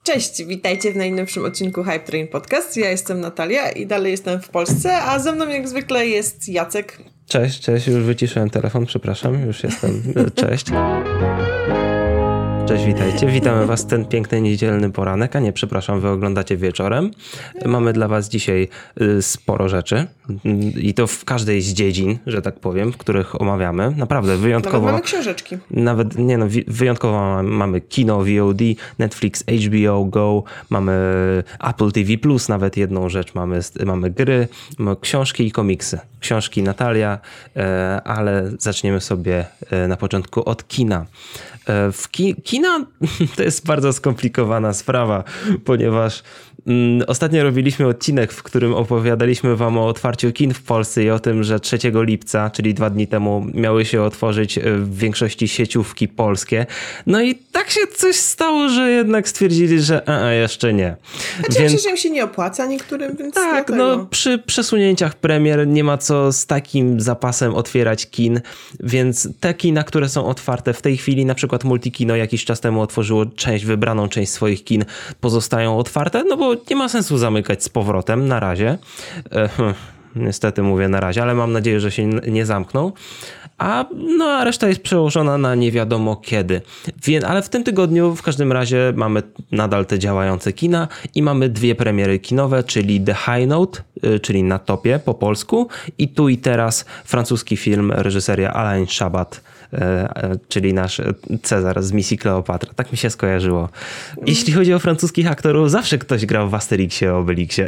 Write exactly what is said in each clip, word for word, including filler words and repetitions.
Cześć, witajcie w najnowszym odcinku Hype Train Podcast. Ja jestem Natalia i dalej jestem w Polsce, a ze mną jak zwykle jest Jacek. Cześć, cześć, już wyciszyłem telefon, przepraszam, już jestem. Cześć. Cześć, witajcie. Witamy was ten piękny niedzielny poranek, a nie, przepraszam, wy oglądacie wieczorem. Mamy dla was dzisiaj sporo rzeczy i to w każdej z dziedzin, że tak powiem, w których omawiamy. Naprawdę wyjątkowo. Nawet mamy książeczki. Nawet, nie no, wyjątkowo mamy kino, V O D, Netflix, H B O Go, mamy Apple T V plus, nawet jedną rzecz, mamy, mamy gry, mamy książki i komiksy. Książki Natalia, ale zaczniemy sobie na początku od kina. W ki- kina to jest bardzo skomplikowana sprawa, ponieważ mm, ostatnio robiliśmy odcinek, w którym opowiadaliśmy wam o otwarciu kin w Polsce i o tym, że trzeciego lipca, czyli dwa dni temu, miały się otworzyć w większości sieciówki polskie. No i tak się coś stało, że jednak stwierdzili, że a, a jeszcze nie. Znaczy, więc... że im się nie opłaca niektórym, więc tak, no przy przesunięciach premier nie ma co z takim zapasem otwierać kin, więc te kina, które są otwarte w tej chwili, na przykład Multikino jakiś czas temu otworzyło część, wybraną część swoich kin, pozostają otwarte, no bo nie ma sensu zamykać z powrotem na razie. E, niestety mówię na razie, ale mam nadzieję, że się nie zamkną. A, no, a reszta jest przełożona na nie wiadomo kiedy. Wie, ale w tym tygodniu w każdym razie mamy nadal te działające kina i mamy dwie premiery kinowe, czyli The High Note, czyli Na topie po polsku, i Tu i teraz francuski film reżyseria Alain Chabat, czyli nasz Cezar z Misji Kleopatra. Tak mi się skojarzyło. Jeśli chodzi o francuskich aktorów, zawsze ktoś grał w Asterixie, Obelixie.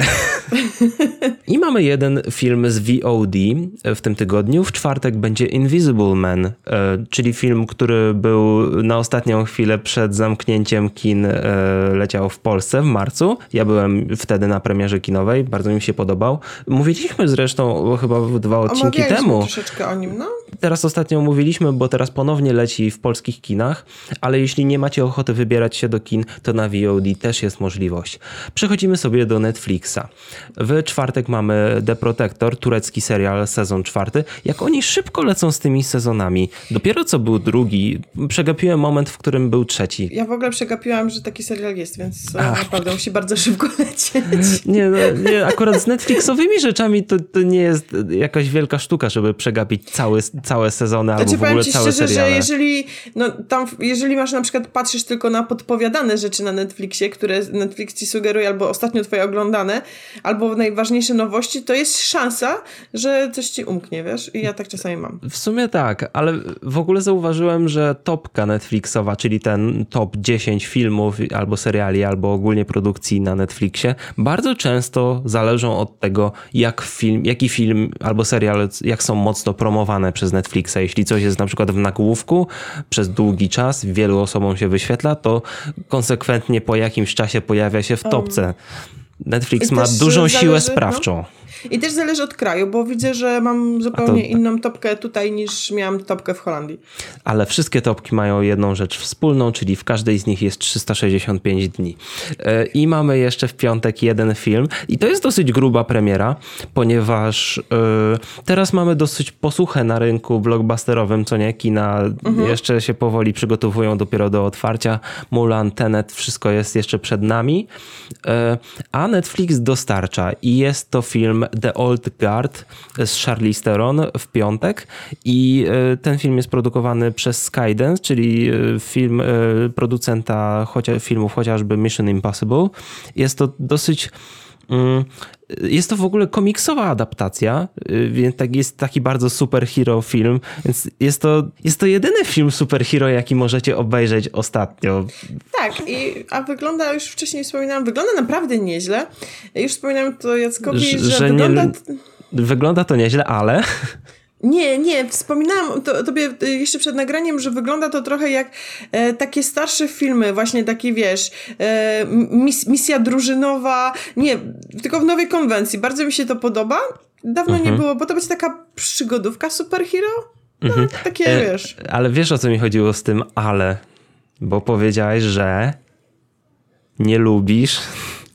I mamy jeden film z V O D w tym tygodniu. W czwartek będzie Invisible Man, czyli film, który był na ostatnią chwilę przed zamknięciem kin, leciał w Polsce w marcu. Ja byłem wtedy na premierze kinowej, bardzo mi się podobał. Mówiliśmy zresztą chyba dwa odcinki temu. Troszeczkę o nim, no. Teraz ostatnio mówiliśmy, bo teraz ponownie leci w polskich kinach, ale jeśli nie macie ochoty wybierać się do kin, to na V O D też jest możliwość. Przechodzimy sobie do Netflixa. W czwartek mamy The Protector, turecki serial, sezon czwarty. Jak oni szybko lecą z tymi sezonami. Dopiero co był drugi, przegapiłem moment, w którym był trzeci. Ja w ogóle przegapiłam, że taki serial jest, więc Ach. naprawdę musi bardzo szybko lecieć. Nie, no, nie, akurat z Netflixowymi rzeczami to, to nie jest jakaś wielka sztuka, żeby przegapić cały, całe sezony albo znaczy, w ogóle całe szczerze, seriale. Że jeżeli, no, tam, jeżeli masz na przykład, patrzysz tylko na podpowiadane rzeczy na Netflixie, które Netflix ci sugeruje, albo ostatnio twoje oglądane, albo najważniejsze nowości, to jest szansa, że coś ci umknie, wiesz? I ja tak czasami mam. W sumie tak, ale w ogóle zauważyłem, że topka Netflixowa, czyli ten top dziesięć filmów albo seriali, albo ogólnie produkcji na Netflixie, bardzo często zależą od tego, jak film, jaki film albo serial, jak są mocno promowane przez Netflixa. Jeśli coś jest na przykład w nagłówku przez długi czas, wielu osobom się wyświetla, to konsekwentnie po jakimś czasie pojawia się w topce. Netflix ma dużą zależy, siłę sprawczą. No. I też zależy od kraju, bo widzę, że mam zupełnie to... inną topkę tutaj niż miałam topkę w Holandii. Ale wszystkie topki mają jedną rzecz wspólną, czyli w każdej z nich jest trzysta sześćdziesiąt pięć dni. I mamy jeszcze w piątek jeden film i to jest dosyć gruba premiera, ponieważ yy, teraz mamy dosyć posuchę na rynku blockbusterowym, co nie? Kina mhm. jeszcze się powoli przygotowują dopiero do otwarcia. Mulan, Tenet, wszystko jest jeszcze przed nami. Yy, a Netflix dostarcza i jest to film The Old Guard z Charlize Theron w piątek i ten film jest produkowany przez Skydance, czyli film producenta chocia- filmów chociażby Mission Impossible. Jest to dosyć... Jest to w ogóle komiksowa adaptacja, więc tak jest taki bardzo superhero film, więc jest to, jest to jedyny film superhero, jaki możecie obejrzeć ostatnio. Tak, i, a wygląda, już wcześniej wspominałam, wygląda naprawdę nieźle. Już wspominałam to Jackowi, że, że wygląda... Nie, wygląda to nieźle, ale... Nie, nie, wspominałam to, tobie jeszcze przed nagraniem, że wygląda to trochę jak e, takie starsze filmy, właśnie takie, wiesz, e, mis, misja drużynowa, nie, tylko w nowej konwencji. Bardzo mi się to podoba. Dawno mhm. nie było, bo to będzie taka przygodówka superhero. No, mhm. takie, e, wiesz. Ale wiesz, o co mi chodziło z tym ale, bo powiedziałeś, że nie lubisz...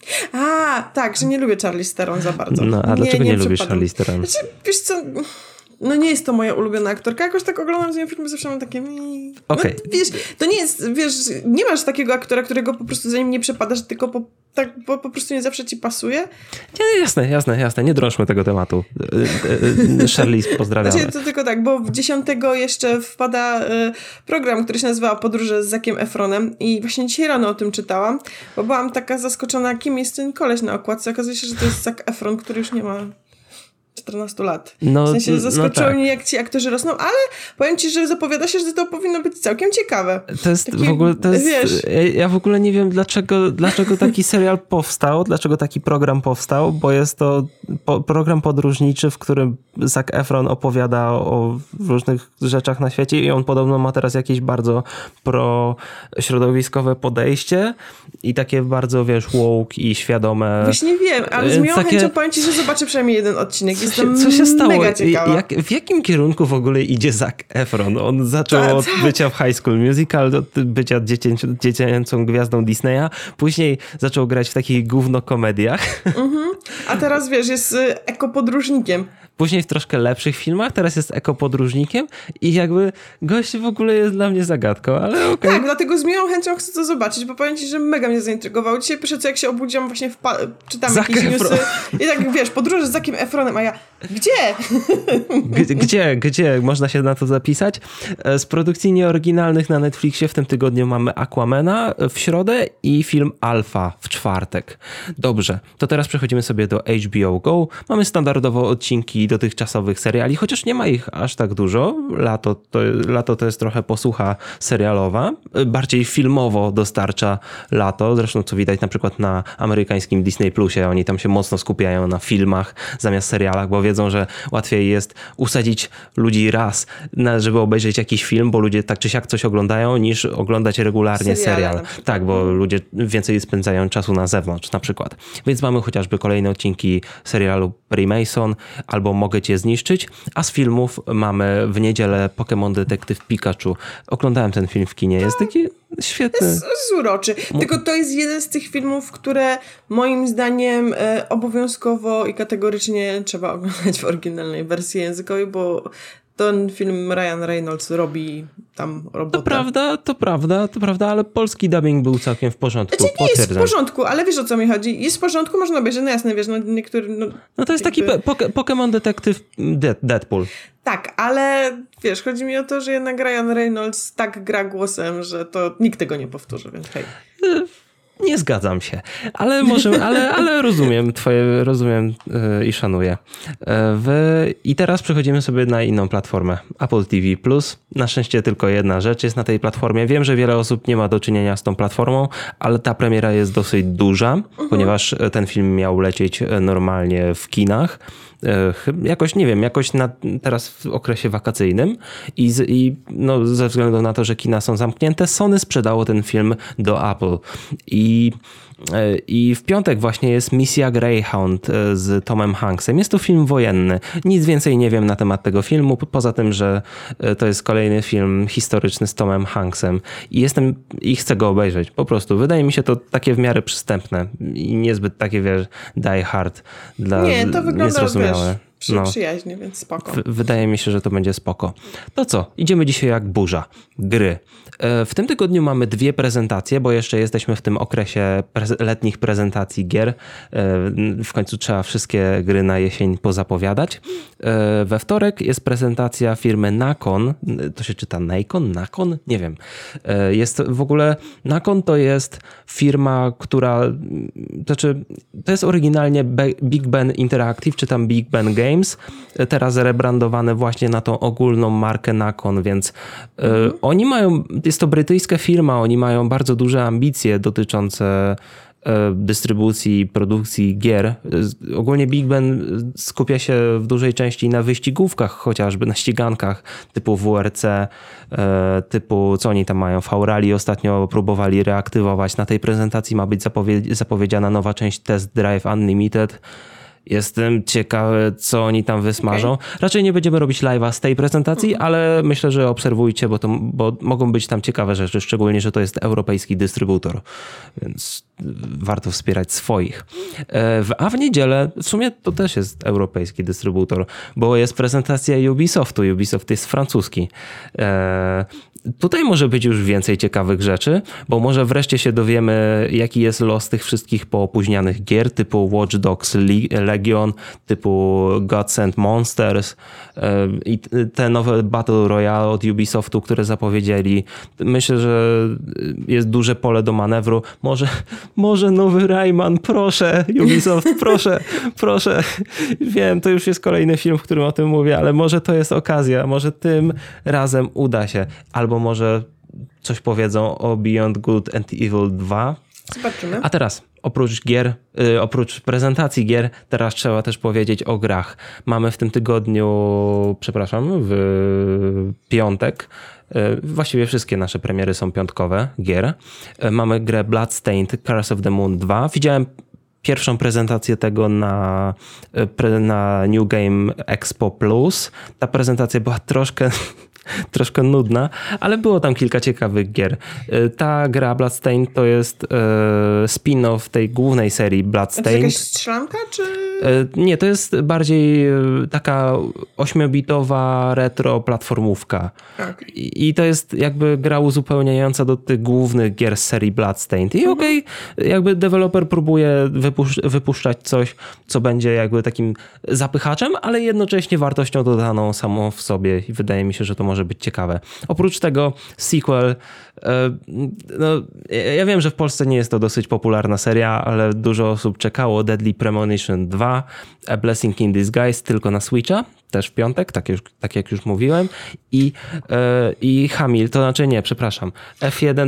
A, tak, że nie lubię Charlize Theron za bardzo. No, a nie, dlaczego nie, nie lubisz Charlize Theron? Znaczy, wiesz co... no nie jest to moja ulubiona aktorka. Jakoś tak oglądam z nią filmy, zawsze mam takie... Okay. No, wiesz, to nie jest, wiesz, nie masz takiego aktora, którego po prostu za nim nie przepadasz, tylko po, tak, po, po prostu nie zawsze ci pasuje. Nie, jasne, jasne, jasne. Nie drążmy tego tematu. Charlize, pozdrawiamy. Znaczy, to tylko tak, bo w dziesiątego jeszcze wpada y, program, który się nazywa Podróże z Zackiem Efronem i właśnie dzisiaj rano o tym czytałam, bo byłam taka zaskoczona, kim jest ten koleś na okładce. Okazuje się, że to jest Zac Efron, który już nie ma czternastu lat. No, w sensie zaskoczyło no tak. mnie, jak ci aktorzy rosną, ale powiem ci, że zapowiada się, że to powinno być całkiem ciekawe. To jest taki, w ogóle, to jest, wiesz... ja w ogóle nie wiem, dlaczego, dlaczego taki serial powstał, dlaczego taki program powstał, bo jest to po, program podróżniczy, w którym Zac Efron opowiada o różnych rzeczach na świecie i on podobno ma teraz jakieś bardzo prośrodowiskowe podejście i takie bardzo, wiesz, woke i świadome. Właśnie wiem, ale z miłą takie... chęcią powiem ci, że zobaczę przynajmniej jeden odcinek. Co się, co się stało? Mega ciekawa. Jak, w jakim kierunku w ogóle idzie Zac Efron? On zaczął Ta, od ta. bycia w High School Musical, od bycia dziecięci, dziecięcą gwiazdą Disneya, później zaczął grać w takich gównokomediach. Mhm. A teraz wiesz, jest y, ekopodróżnikiem. Później w troszkę lepszych filmach, teraz jest ekopodróżnikiem i jakby gość w ogóle jest dla mnie zagadką, ale okej. Okay. Tak, dlatego z miłą chęcią chcę to zobaczyć, bo powiem ci, że mega mnie zaintrygował. Dzisiaj pierwsze co jak się obudziłam, właśnie wpa- czytam Zac jakieś Efron. newsy i tak wiesz, podróże z Zackiem Efronem, a ja gdzie? G- gdzie, gdzie można się na to zapisać? Z produkcji nieoryginalnych na Netflixie w tym tygodniu mamy Aquamana w środę i film Alpha w czwartek. Dobrze, to teraz przechodzimy sobie do H B O Go. Mamy standardowo odcinki dotychczasowych seriali, chociaż nie ma ich aż tak dużo. Lato to, lato to jest trochę posłucha serialowa. Bardziej filmowo dostarcza lato. Zresztą co widać na przykład na amerykańskim Disney Plusie. Oni tam się mocno skupiają na filmach zamiast serialach, bo wiedzą, że łatwiej jest usadzić ludzi raz, żeby obejrzeć jakiś film, bo ludzie tak czy siak coś oglądają, niż oglądać regularnie Seriale, serial. Tak, bo ludzie więcej spędzają czasu na zewnątrz na przykład. Więc mamy chociażby kolejne odcinki serialu Perry Mason albo Mogę cię zniszczyć, a z filmów mamy w niedzielę Pokémon Detektyw Pikachu. Oglądałem ten film w kinie, jest taki świetny. Jest, jest uroczy. Tylko to jest jeden z tych filmów, które moim zdaniem e, obowiązkowo i kategorycznie trzeba oglądać w oryginalnej wersji językowej, bo ten film Ryan Reynolds robi tam robotę. To prawda, to prawda, to prawda, ale polski dubbing był całkiem w porządku. Znaczy nie jest w porządku, ale wiesz o co mi chodzi. Jest w porządku, można obejrzeć, no jasne, wiesz, no niektóry... No, no to jest jakby... taki po- Pokémon Detektyw Deadpool. Tak, ale wiesz, chodzi mi o to, że jednak Ryan Reynolds tak gra głosem, że to nikt tego nie powtórzy, więc hej. Nie zgadzam się, ale może, ale, ale rozumiem twoje, rozumiem yy, i szanuję. Yy, w, I teraz przechodzimy sobie na inną platformę. Apple T V plus. Na szczęście tylko jedna rzecz jest na tej platformie. Wiem, że wiele osób nie ma do czynienia z tą platformą, ale ta premiera jest dosyć duża, uh-huh. ponieważ ten film miał lecieć normalnie w kinach. Jakoś, nie wiem, jakoś na, teraz w okresie wakacyjnym i, z, i no, ze względu na to, że kina są zamknięte, Sony sprzedało ten film do Apple. I, i w piątek właśnie jest Misja Greyhound z Tomem Hanksem. Jest to film wojenny. Nic więcej nie wiem na temat tego filmu, poza tym, że to jest kolejny film historyczny z Tomem Hanksem. I jestem, i chcę go obejrzeć. Po prostu. Wydaje mi się to takie w miarę przystępne i niezbyt takie, wiesz, die hard dla Nie, to wygląda, niezrozumiałe. Przy, no. przyjaźnie, więc spoko. W, wydaje mi się, że to będzie spoko. To co? Idziemy dzisiaj jak burza. Gry. W tym tygodniu mamy dwie prezentacje, bo jeszcze jesteśmy w tym okresie pre- letnich prezentacji gier. W końcu trzeba wszystkie gry na jesień pozapowiadać. We wtorek jest prezentacja firmy Nacon. To się czyta Nacon? Nacon? Nie wiem. Jest w ogóle... Nacon to jest firma, która... Znaczy, to jest oryginalnie Big Ben Interactive, czy tam Big Ben Games. Teraz rebrandowane właśnie na tą ogólną markę Nacon, więc mhm. y, oni mają... Jest to brytyjska firma, oni mają bardzo duże ambicje dotyczące dystrybucji, produkcji gier. Ogólnie Big Ben skupia się w dużej części na wyścigówkach, chociażby na ścigankach typu W R C, typu co oni tam mają, V-Rally ostatnio próbowali reaktywować. Na tej prezentacji ma być zapowie- zapowiedziana nowa część Test Drive Unlimited. Jestem ciekawy, co oni tam wysmażą. Okay. Raczej nie będziemy robić live'a z tej prezentacji, mhm. ale myślę, że obserwujcie, bo, to, bo mogą być tam ciekawe rzeczy, szczególnie, że to jest europejski dystrybutor. Więc warto wspierać swoich. A w niedzielę, w sumie to też jest europejski dystrybutor, bo jest prezentacja Ubisoftu. Ubisoft jest francuski. Tutaj może być już więcej ciekawych rzeczy, bo może wreszcie się dowiemy, jaki jest los tych wszystkich poopóźnianych gier, typu Watch Dogs Legion, typu Gods and Monsters i te nowe Battle Royale od Ubisoftu, które zapowiedzieli. Myślę, że jest duże pole do manewru. Może, może nowy Rayman, proszę, Ubisoft, proszę, proszę. Wiem, to już jest kolejny film, w którym o tym mówię, ale może to jest okazja, może tym razem uda się. Albo może coś powiedzą o Beyond Good and Evil dwa. Zobaczymy. A teraz, oprócz gier, yy, oprócz prezentacji gier, teraz trzeba też powiedzieć o grach. Mamy w tym tygodniu, przepraszam, w piątek, yy, właściwie wszystkie nasze premiery są piątkowe gier. Yy, mamy grę Bloodstained Curse of the Moon dwa. Widziałem pierwszą prezentację tego na, na New Game Expo Plus. Ta prezentacja była troszkę... troszkę nudna, ale było tam kilka ciekawych gier. Ta gra Bloodstained to jest e, spin-off tej głównej serii Bloodstained. To jest jakaś strzelanka, czy... E, nie, to jest bardziej taka ośmiobitowa retro platformówka. Okay. I, I to jest jakby gra uzupełniająca do tych głównych gier z serii Bloodstained. I mhm. okej, okay, jakby deweloper próbuje wypusz- wypuszczać coś, co będzie jakby takim zapychaczem, ale jednocześnie wartością dodaną samą w sobie i wydaje mi się, że to może być ciekawe. Oprócz tego sequel, no ja wiem, że w Polsce nie jest to dosyć popularna seria, ale dużo osób czekało. Deadly Premonition dwa, A Blessing in Disguise tylko na Switcha, też w piątek, tak, już, tak jak już mówiłem. I, i Hamilton, to znaczy nie, przepraszam, F jeden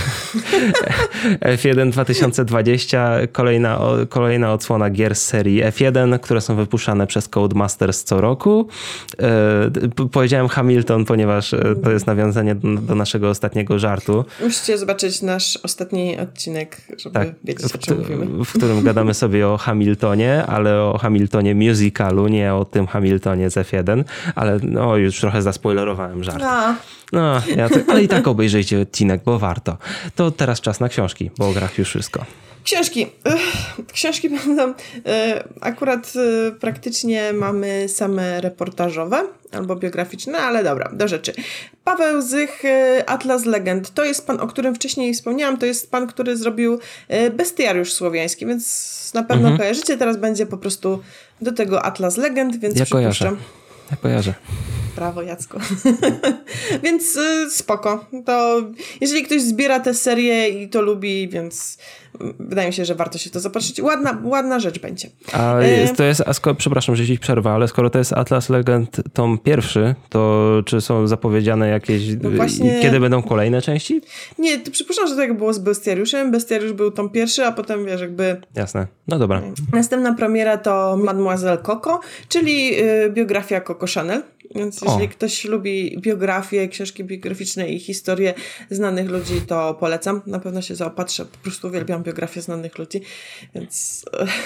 dwa tysiące dwadzieścia, kolejna, kolejna odsłona gier z serii F jeden, które są wypuszczane przez Codemasters co roku. Powiedziałem Hamilton, ponieważ to jest nawiązanie do, do naszego ostatniego żartu. Musicie zobaczyć nasz ostatni odcinek, żeby tak, wiedzieć, o czym mówimy. W którym gadamy sobie o Hamiltonie, ale o Hamiltonie musicalu, nie o tym Hamiltonie z F jeden, ale no już trochę zaspoilerowałem żart. No, no ja to, ale i tak obejrzyjcie odcinek, bo warto. To teraz czas na książki, bo o grach już wszystko. Książki. Książki będą... Akurat praktycznie mamy same reportażowe albo biograficzne, ale dobra, do rzeczy. Paweł Zych, Atlas Legend. To jest pan, o którym wcześniej wspomniałam. To jest pan, który zrobił Bestiariusz słowiański, więc na pewno mhm. kojarzycie. Teraz będzie po prostu do tego Atlas Legend, więc ja przypuszczam. Kojarzę. Ja kojarzę. Brawo, Jacku. Więc y, spoko. To jeżeli ktoś zbiera tę serię i to lubi, więc wydaje mi się, że warto się to zobaczyć. Ładna, ładna rzecz będzie. A jest, to jest, a skoro, przepraszam, że ci przerwę, ale skoro to jest Atlas Legend tom pierwszy, to czy są zapowiedziane jakieś, no właśnie... kiedy będą kolejne części? Nie, to przypuszczam, że to jak było z Bestiariuszem. Bestiariusz był tom pierwszy, a potem wiesz, jakby... Jasne, no dobra. Następna premiera to Mademoiselle Coco, czyli y, biografia Coco Chanel. Więc jeżeli o. ktoś lubi biografię, książki biograficzne i historie znanych ludzi, to polecam. Na pewno się zaopatrzę. Po prostu uwielbiam biografię znanych ludzi. Więc,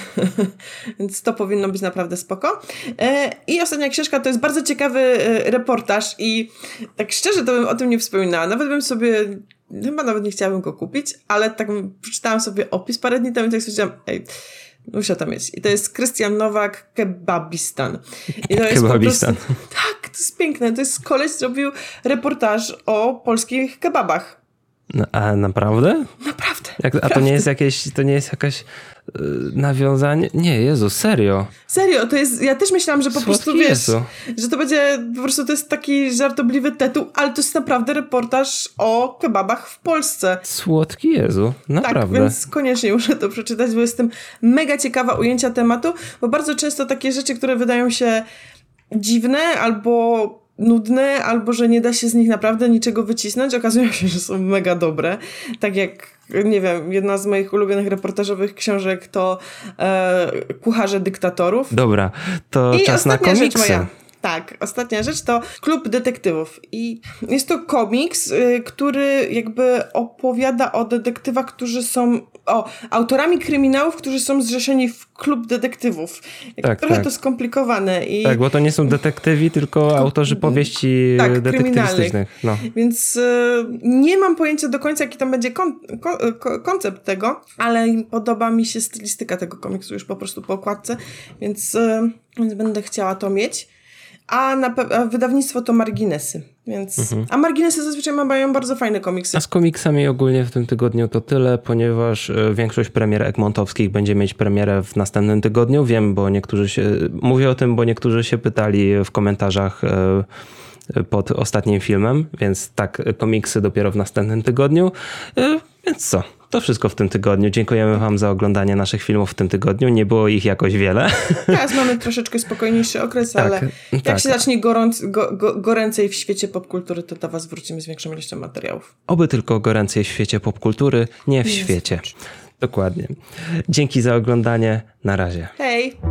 więc to powinno być naprawdę spoko. I ostatnia książka to jest bardzo ciekawy reportaż i tak szczerze to bym o tym nie wspominała. Nawet bym sobie... Chyba nawet nie chciałabym go kupić, ale tak przeczytałam sobie opis parę dni temu i tak stwierdziłam, ej, muszę tam mieć. I to jest Krystian Nowak, Kebabistan. I to jest Kebabistan. Po prostu, tak, to jest piękne. To jest koleś zrobił reportaż o polskich kebabach. No, a naprawdę? Naprawdę. Jak, a naprawdę. to nie jest jakieś, to nie jest jakaś yy, nawiązanie? Nie, Jezu, serio. Serio, to jest, ja też myślałam, że po Słodki prostu, wiesz, Jezu. że to będzie, po prostu to jest taki żartobliwy tytuł, ale to jest naprawdę reportaż o kebabach w Polsce. Słodki Jezu, naprawdę. Tak, więc koniecznie muszę to przeczytać, bo jestem mega ciekawa ujęcia tematu, bo bardzo często takie rzeczy, które wydają się dziwne albo nudne, albo że nie da się z nich naprawdę niczego wycisnąć, okazują się, że są mega dobre. Tak jak, nie wiem, jedna z moich ulubionych reportażowych książek to e, Kucharze dyktatorów. Dobra, to I czas na komiksy. Tak, ostatnia rzecz to Klub Detektywów i jest to komiks, y, który jakby opowiada o detektywach, którzy są o, autorami kryminałów, którzy są zrzeszeni w klub detektywów. Tak, trochę tak. to skomplikowane. I... Tak, bo to nie są detektywi, tylko autorzy powieści tak, detektywistycznych. No. Więc y, nie mam pojęcia do końca, jaki tam będzie kon, kon, kon, koncept tego, ale podoba mi się stylistyka tego komiksu już po prostu po okładce, więc, y, więc będę chciała to mieć. A, na, a wydawnictwo to Marginesy. Więc, mhm. A Marginesy zazwyczaj mają bardzo fajne komiksy. A z komiksami ogólnie w tym tygodniu to tyle, ponieważ większość premier egmontowskich będzie mieć premierę w następnym tygodniu. Wiem, bo niektórzy się... Mówię o tym, bo niektórzy się pytali w komentarzach pod ostatnim filmem, więc tak, komiksy dopiero w następnym tygodniu. Więc co? To wszystko w tym tygodniu. Dziękujemy wam za oglądanie naszych filmów w tym tygodniu. Nie było ich jakoś wiele. Teraz mamy troszeczkę spokojniejszy okres, tak, ale jak tak. się zacznie gorąc, go, go, goręcej w świecie popkultury, to do was wrócimy z większą ilością materiałów. Oby tylko goręcej w świecie popkultury, nie w nie świecie. Dokładnie. Dzięki za oglądanie. Na razie. Hej!